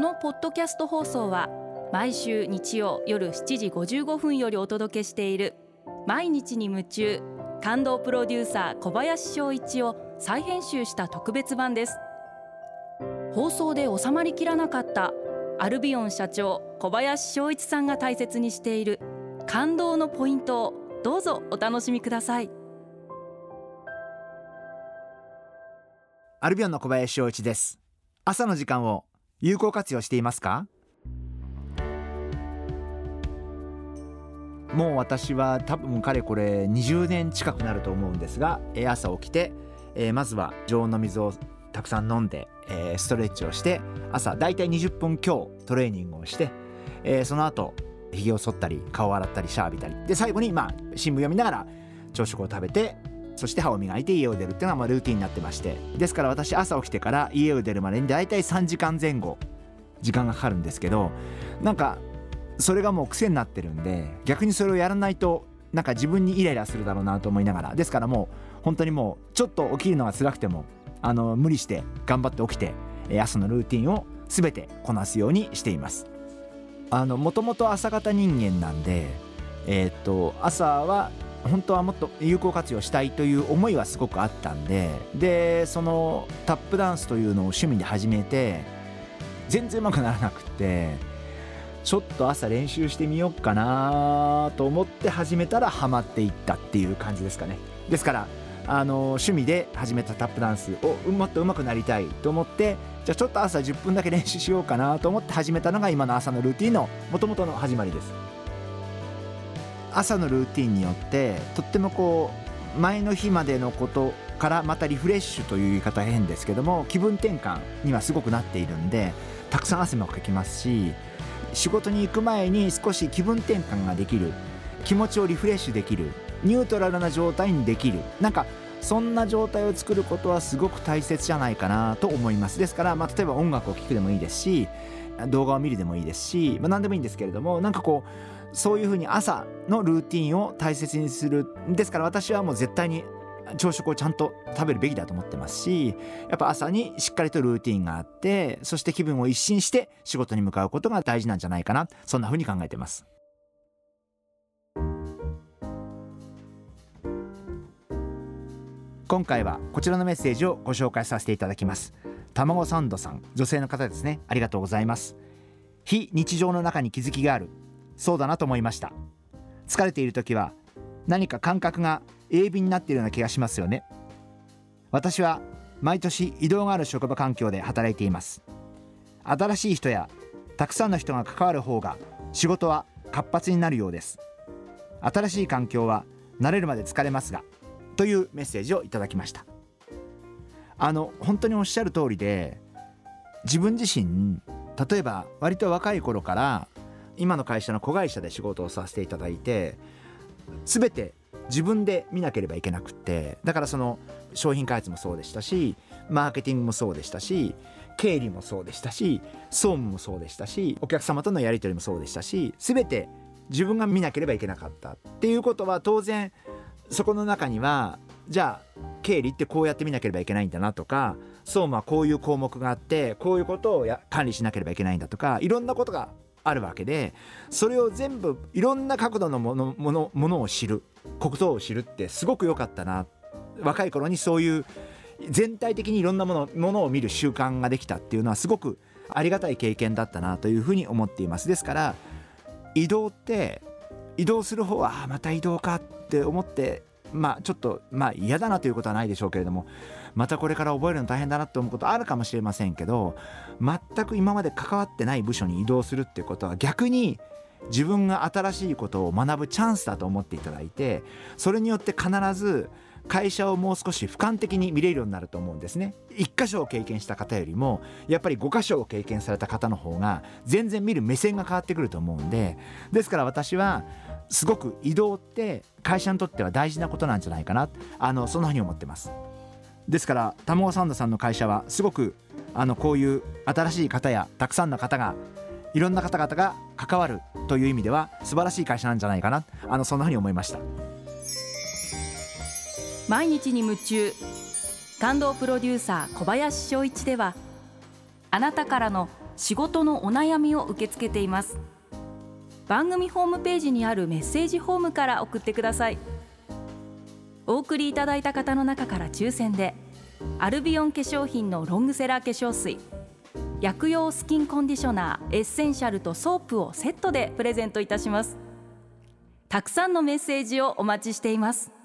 のポッドキャスト放送は毎週日曜夜7時55分よりお届けしている毎日に夢中感動プロデューサー小林翔一を再編集した特別版です。放送で収まりきらなかったアルビオン社長小林翔一さんが大切にしている感動のポイントをどうぞお楽しみください。 アルビオンの小林翔一です。朝の時間を有効活用していますか？もう私は多分かれこれ20年近くなると思うんですが、朝起きて、まずは常温の水をたくさん飲んで、ストレッチをして朝だいたい20分強トレーニングをして、その後ひげを剃ったり顔を洗ったりシャワー浴びたりで、最後に新聞読みながら朝食を食べて、そして歯を磨いて家を出るっていうのがルーティンになってまして、ですから私朝起きてから家を出るまでにだいたい3時間前後時間がかかるんですけど、なんかそれがもう癖になってるんで、逆にそれをやらないとなんか自分にイライラするだろうなと思いながら、ですからもう本当にもうちょっと起きるのが辛くても無理して頑張って起きて、朝のルーティンを全てこなすようにしています。もともと朝型人間なんで、朝は本当はもっと有効活用したいという思いはすごくあったんで、そのタップダンスというのを趣味で始めて全然うまくならなくて、ちょっと朝練習してみようかなと思って始めたらハマっていったっていう感じですかね。ですから趣味で始めたタップダンスをもっと上手くなりたいと思って、じゃあちょっと朝10分だけ練習しようかなと思って始めたのが今の朝のルーティンの元々の始まりです。朝のルーティンによってとっても前の日までのことからまたリフレッシュという言い方は変ですけども、気分転換にはすごくなっているんで、たくさん汗もかきますし、仕事に行く前に少し気分転換ができる、気持ちをリフレッシュできる、ニュートラルな状態にできる、なんかそんな状態を作ることはすごく大切じゃないかなと思います。ですから、例えば音楽を聴くでもいいですし、動画を見るでもいいですし、何でもいいんですけれども、なんかそういうふうに朝のルーティンを大切にする。ですから私はもう絶対に朝食をちゃんと食べるべきだと思ってますし、やっぱ朝にしっかりとルーティンがあって、そして気分を一新して仕事に向かうことが大事なんじゃないかな、そんなふうに考えています。今回はこちらのメッセージをご紹介させていただきます。卵サンドさん、女性の方ですね。ありがとうございます。非日常の中に気づきがある、そうだなと思いました。疲れている時は何か感覚が鋭敏になっているような気がしますよね。私は毎年移動がある職場環境で働いています。新しい人やたくさんの人が関わる方が仕事は活発になるようです。新しい環境は慣れるまで疲れますが、というメッセージをいただきました。本当におっしゃる通りで、自分自身例えば割と若い頃から今の会社の子会社で仕事をさせていただいて、全て自分で見なければいけなくって、だからその商品開発もそうでしたし、マーケティングもそうでしたし、経理もそうでしたし、総務もそうでしたし、お客様とのやり取りもそうでしたし、全て自分が見なければいけなかったっていうことは、当然そこの中には、じゃあ経理ってこうやって見なければいけないんだなとか、総務はこういう項目があってこういうことを管理しなければいけないんだとか、いろんなことがあるわけで、それを全部いろんな角度のものを知る、ことを知るってすごく良かったな。若い頃にそういう全体的にいろんなものを見る習慣ができたっていうのはすごくありがたい経験だったなというふうに思っています。ですから移動って移動する方はまた移動かって思って、ちょっと嫌だなということはないでしょうけれども、またこれから覚えるの大変だなと思うことあるかもしれませんけど、全く今まで関わってない部署に移動するっていうことは逆に自分が新しいことを学ぶチャンスだと思っていただいて、それによって必ず会社をもう少し俯瞰的に見れるようになると思うんですね。1箇所を経験した方よりもやっぱり5箇所を経験された方の方が全然見る目線が変わってくると思うんで、ですから私はすごく移動って会社にとっては大事なことなんじゃないかな、そんなふうに思ってます。ですから卵サンドさんの会社はすごくこういう新しい方やたくさんの方がいろんな方々が関わるという意味では素晴らしい会社なんじゃないかな、そんなふうに思いました。 毎日に夢中感動プロデューサー小林翔一では、あなたからの仕事のお悩みを受け付けています。番組ホームページにあるメッセージフォームから送ってください。お送りいただいた方の中から抽選でアルビオン化粧品のロングセラー化粧水、薬用スキンコンディショナーエッセンシャルとソープをセットでプレゼントいたします。たくさんのメッセージをお待ちしています。